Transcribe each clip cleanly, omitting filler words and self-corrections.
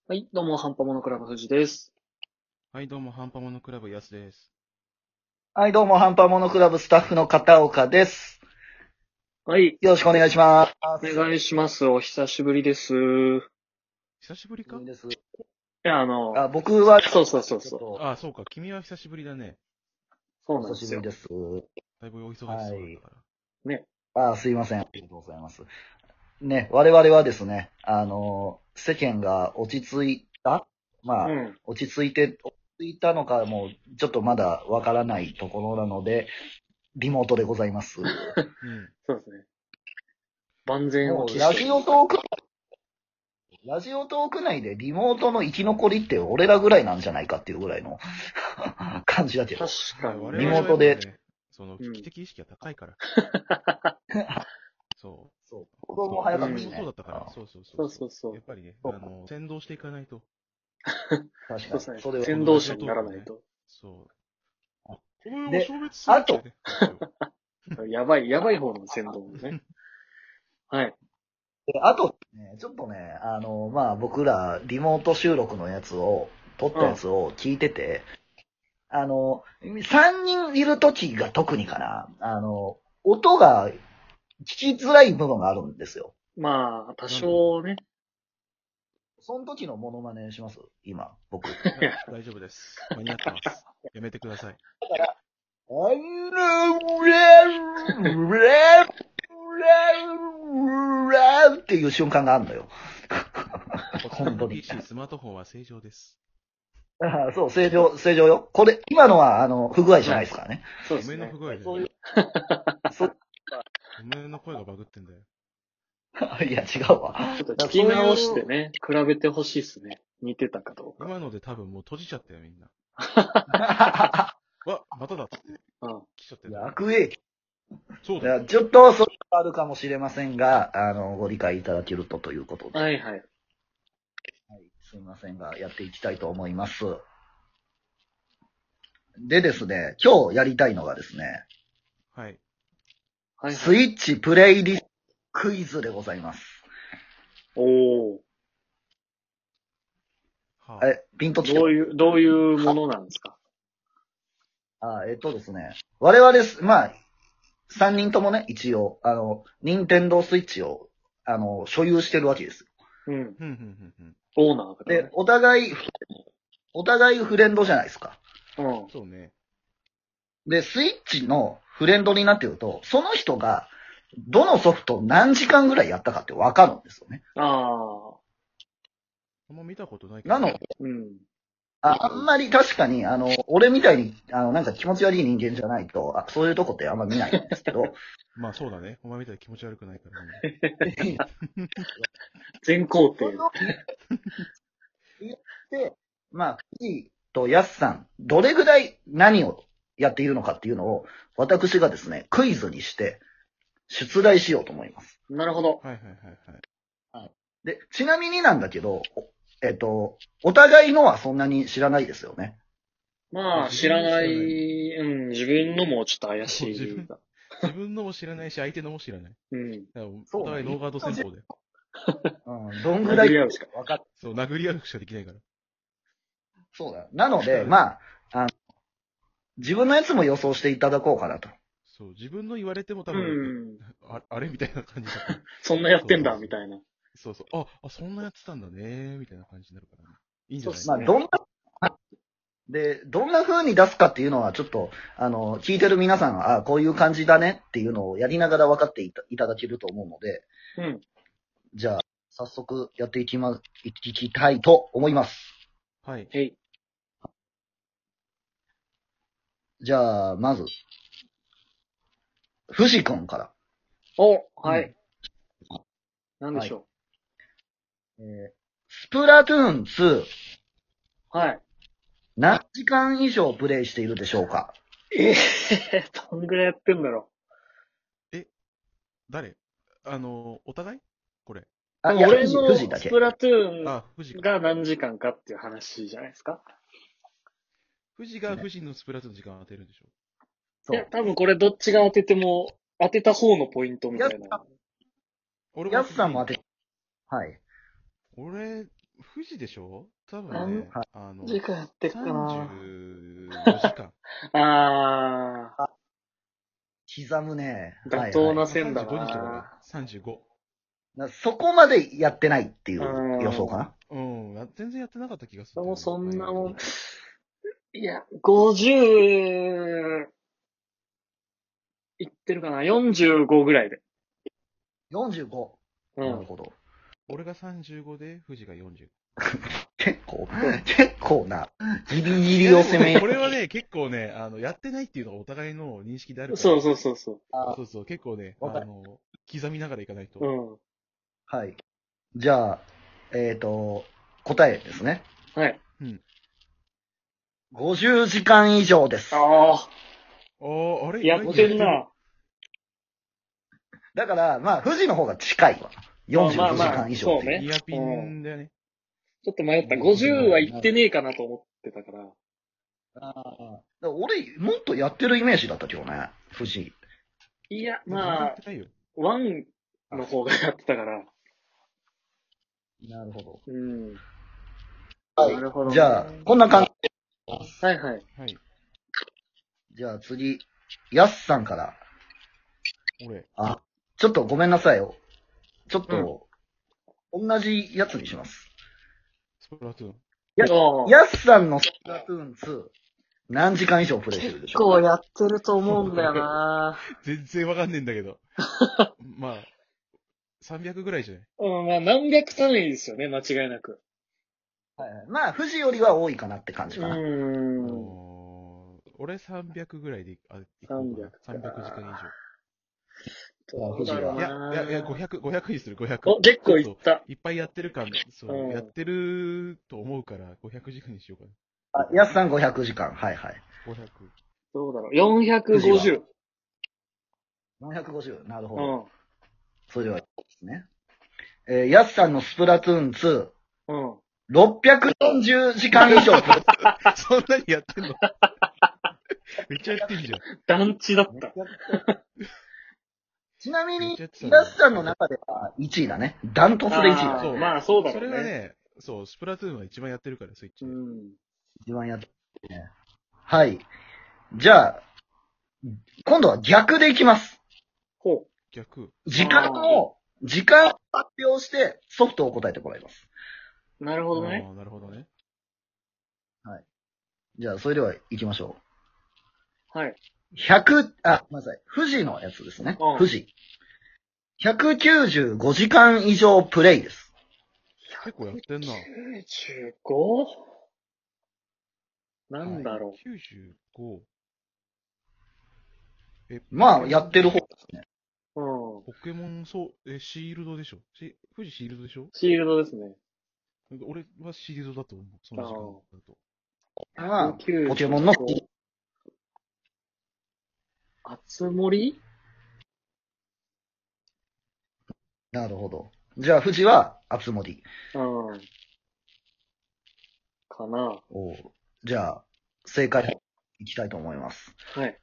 はい、どうも、ハンパモノクラブ藤です。 はい、どうも、ハンパモノクラブ、やすです。 はい、どうも、ハンパモノクラブスタッフの片岡です。 はい、 よろしくお願いしまおす。 願いします。お久しぶりです。い久しぶりか？ です。 や、 僕は、 そうそうそうそちょっと、 ああ、そうか、君は久しぶりだね。 そうおなんですよ。 久しぶりです。 だいぶお忙しはい。 そうだったから。 ね。 すいません。ありがとうございます。ね、我々はですね、世間が落ち着いたまあ、 うん。 落ち着いたのかも、ちょっとまだわからないところなので、リモートでございます。 うん。 そうですね。万全をもう、 期しております。 ラジオトーク内でリモートの生き残りって俺らぐらいなんじゃないかっていうぐらいの感じだけ確ど、 いや、 かに我々はやね。 リモートで、 っぱね、 うん。 危機的意識が高いから。そそう、 う。 子供そう、 早かったし昔もそうね。 だったから。そうそうそうそうそう。 そうそう。 やっぱりね、 そう先導していかないと。 確かに。 そうですね。 それは。 このラジオ先導者にトークをね。 ならないと。 そう。この世をで、 消滅するあと、 ってね、やつよ。 やばい方の先導ね。はい。 あとね、ちょっとね、僕らリモート収録のやつを、撮っうん。 たやつを聞いてて、3人いる時が特にかな、音が聞きづらい部分があるんですよ。 まあ、多なんでだろ少ね。 その時のモノマネします今、僕。 う。いや、大丈夫です。間に合ってます。やめてください。 っていう瞬間があるのよ。 こちらの本当に。 PC、スマートフォンは正常です。 そう、正常よ。これ、今のは、不具合じゃはい。 ないですからね。 おめえのそうですね。 不具合だよ。 そういう、そう、 おめえの声がバグってんだよ。 いや、違うわ。 ちょっと聞だからそういき直してう、 ね、比べてほしいですね。似てたかどうか。 今ので多分もう閉じちゃったよ、みんな。まただっつって、 うん。 来ちゃってる多分。 悪影響。 そうだよ。 いやちょっと、それはあるかもしれませんが、ご理解いただけるということで。 はいはい。 はい、すいませんが、やっていきたいと思います。でですね、今日やりたいのがですね、 はい。 はいはい。 スイッチプレイリストクイズでございます。 おー。 はピンときてまどういうものなんですか？ す。ですね、我々、3人ともね、一応、任天堂スイッチを、所有してるわけですよ。 うん。 あ。ふんふんふんふん。 オーナーだからで、 ね。 お互いフレンドじゃないですか。 うん。 そうね。 で、スイッチのフレンドになってると、その人が、どのソフト何時間ぐらいやったかってわかるんですよね。 ああ。 あんま見たことないけどね。 なので、 うん。 あんまり確かに、俺みたいに、なんか気持ち悪い人間じゃないと、そういうとこってあんま見ないんですけど、 まあそうだね。お前みたいに気持ち悪くないからね。 全工程。 その言って、藤井とヤスさん、どれぐらい何をやっているのかっていうのを、私がですね、クイズにして出題しようと思います。 なるほど。 はいはいはいはい。 で、ちなみになんだけど、お互いのはそんなに知らないですよね。 まあ、 自分知らなの知らない。 い、うん、自分のもちょっと怪そう、 しいが。 自分のも知らないし、相手のも知らない。 うん。 だからおそうね。 互いノーガード戦法で。 どんぐらい殴り合うしか。 分かっそう、殴り合うしかできないから。 そうだ。なので、 したら、 自分のやつも予想していただこうかなと。 そう、自分の言われても多う分、 ん。 あれみたいな感じだから。 そんなやってんだ、 そうそうそう。 みたいな。 そうそう。そんなやってたんだね、みたいな感じになるからね。いいんじゃない？ そうっすね。 どんな風に出すかっていうのは、ちょっと、聞いてる皆さんが、こういう感じだねっていうのをやりながら分かっていただけると思うので、 うん。 じゃあ、早速やっていきたいと思います。 はい。 へい。 じゃあ、まず、藤君から。 お、はうんい。なんではい。 しょスプラトゥーン2、 う。はい。 何時間以上プレイしているでしょうか？ どんぐらいやってんだろえ、誰？お互いこれ。 う。多分いや、 俺の藤だけ。 スプラトゥーン富士か。 が何時間かっていう話じゃないですか。 富士が富士のスプラトゥーンの時間当てるんでしょ？ いや、 そう。 多分これどっちが当てても、当てた方のポイントみたいな。 俺も当やすてていいの？ さんも当て、はい。 俺、 富士でしょ多分ね、 時間やってっかな。 35時間。 あ刻むね。 ー、妥当な線だ 35にしとこうな。 か。35。 そこまでやってないっていう予想かな。 うん。全然やってなかった気がする。 もうそんなもん。いや、50、いってるかな ?45 ぐらいで。 45。 うん。 なるほど。 俺が35で、富士が40。 結構な、ギリギリを攻め。 これはね、結構ね、やってないっていうのがお互いの認識であるから。 そうそうそうそう。 そうそう、結構ね、 わかる刻みながらいかないと。 うん。 はい。じゃあ、答えですね。 はい。 50時間以上です。 ああれあ、やってんな。 だから、まあ、富士の方が近いわ。45 まあまあ時間以上。 そうねニアピンだよね。 ちょっと迷った。 うん 50は行ってねえかなと思ってたから。 だから俺、もっとやってるイメージだったけどね、富士。 いや、 全然やまあって、ないよ。 ワンの方がやってたから。 なるほど。 うん。 はいなるほどねじゃあ、こんな感じ。 はいはい。 はい。 じゃあ次、やすさんから。 俺。 ちょっとごめんなさいよ。ちょっと、同じやつにします。 スプラトゥーン。 ああやすさんのスプラトゥーン2、何時間以上プレイしてるでしょう結構やってると思うんだよな。 全然わかんねえんだけど。まあ、300ぐらいじゃない。 うん、まあ何百単位ですよね、間違いなく。 はいはい。まあ、富士よりは多いかなって感じかな。 俺300ぐらいで行こうかな。300時間以上。 どうだろういや、 な。 500にする、500。 お、結構いっちょた。 といっぱいやってる感、そう、 うんやってると思うから、500時間にしようかやすさん500時間。はいはい。 な。500。 どうだろう。450。 450。なるほど。 うん。 それでは、ですね。やすさんのスプラトゥーン2、 うん。 640時間以上プレイ。 そんなにやってんのめっちゃやってんじゃん。 団地だった。 ちなみに、 めっちゃやってたなやすさんの中では1位だね。ダントツで1位だね。 そうまあそうだろうね。 それがね、そう、スプラトゥーンは一番やってるから、スイッチで。 うん。 一番やってるね。はい。じゃあ、今度は逆でいきます。 ほ逆。 時間を発表してソフトを答えてもらいます。 う。なるほどね。 なるほどね。 じゃあ、それでは行きましょはい。 う。ごめんなさい。富士のやつですね。 うん富士。195時間以上プレイです。 結構やってんな。 95? なんだろ 95。 まあ、やってる方ですね。 う。うん。 ポケモン、シールドでしょ富士シールドでしょシールドですね。 俺はシールドだと思う。その時間だと。 まあ、 195 ポケモンの、 あつ森なるほど。じゃあ、富士は、あつ森。 うん。かな。 じゃあ、正解いきたいと思います。 はい。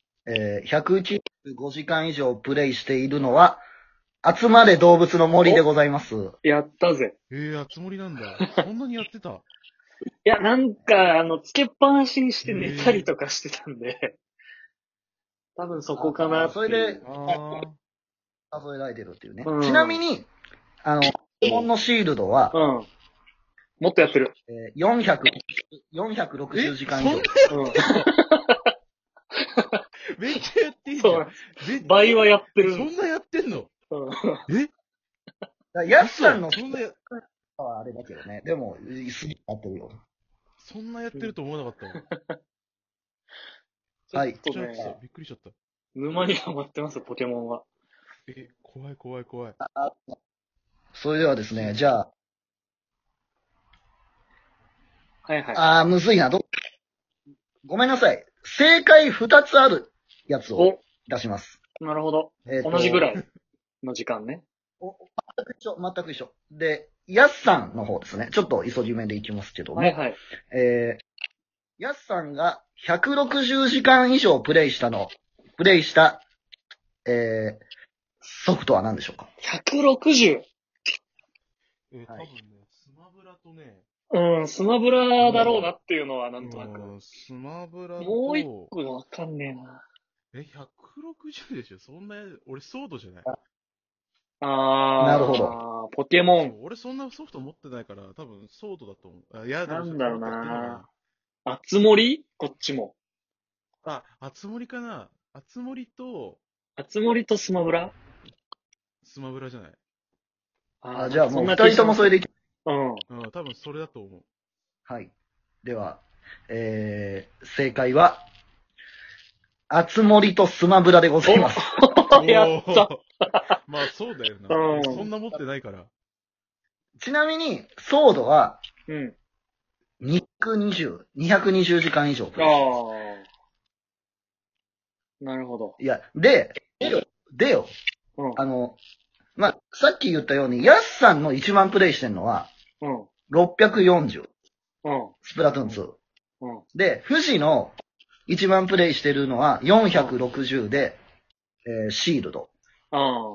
195時間以上プレイしているのは、集まれ動物の森でございます。 やったぜ。 あつ森なんだ。そんなにやってた。 いや、なんか、つけっぱなしにして寝たりとかしてたんで、多分そこかなっていう。 それで、 あ数えられてるっていうね。 うんちなみに、ポケモンのシールドは、 うん。もっとやってる。 460時間以上。 うん。 めっちゃやってんじゃん。 倍はやってる。 そんなやってんのうん。 ヤスさんのそんなや、 はあれだけどね。でも、すげえやってるよ。 そんなやってると思わなかったわ。 はいちょっとめっちゃやってたね、 びっくりしちゃった。 沼にハマってます、ポケモンは。 怖い怖い怖い。 それではですね、じゃはいはい。 あ、むずいな。ごめんなさい。正解2つあるやつを出します。 なるほど。同じぐらいの時間ね。 全く一緒。で、ヤスさんの方ですね。ちょっと急ぎ目でいきますけども。 はいはい。 ヤスさんが160時間以上プレイした、ソフトは何でしょうか？ 160。 多分ね、ススマブラとね、 うん、スマブラだろうなっていうのはなんとなく。 スマブラと、 もう一個がわかんねえな。 160でしょそんな、俺ソードじゃない。 なるほど。ポケモン。 俺そんなソフト持ってないから、多分ソードだと思う。あ、いや、でもなんだろうソフトやってんのかな。あつ森こっちも。 あ、あつ森かな。あつ森とあつ森とスマブラスマブラじゃない。 あ、じゃあもう二人ともそれでいき、 うん。 うん、多分それだと思う。 はい。では、正解は、あつ森とスマブラでございます。 やった。 まあそうだよな。 うん俺そんな持ってないから。 ちなみに、ソードはうん。 220時間以上プレイしてます。 ああ。なるほど。 いや、でよ、 うん。 まあ、さっき言ったように、ヤスさんの一番プレイしてるのは、 うん。 640、 うん。 スプラトゥーン2。 うん。 で、富士の一番プレイしてるのは460で、シールド。 あ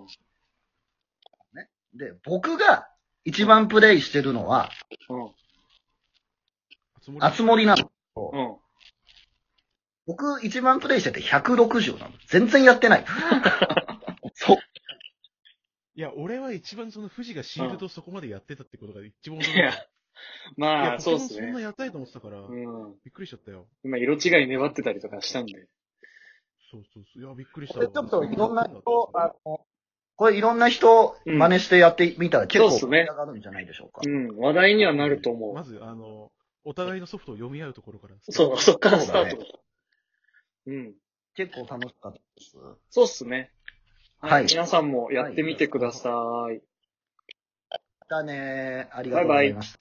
で、僕が一番プレイしてるのは、 あ。うん。 あつ森なんですけど、 うん。 僕一番プレイしてて160なの。全然やってない。そう。 いや、俺は一番その富士がシールドそこまでやってたってことが一番驚いいやた。いまや、 あ、 ポケモンそうっすね。 そんなやったいと思ってたから、 うん。 びっくりしちゃったよ。 今、色違い粘ってたりとかしたんで。 そうそうそう。いや、びっくりしたわ。 これちょっといろんな人、 あこれいろんな人真似してやってみたら結構そうっすね盛り上がるんじゃないでしょうか。 うん。話題にはなると思う。 まず、お互いのソフトを読み合うところから。 そう、そっからスターそうト。うん。 結構楽しかったです。 そうっすね。 はい皆さんもやってみてください。 またねー。ありがとうございました。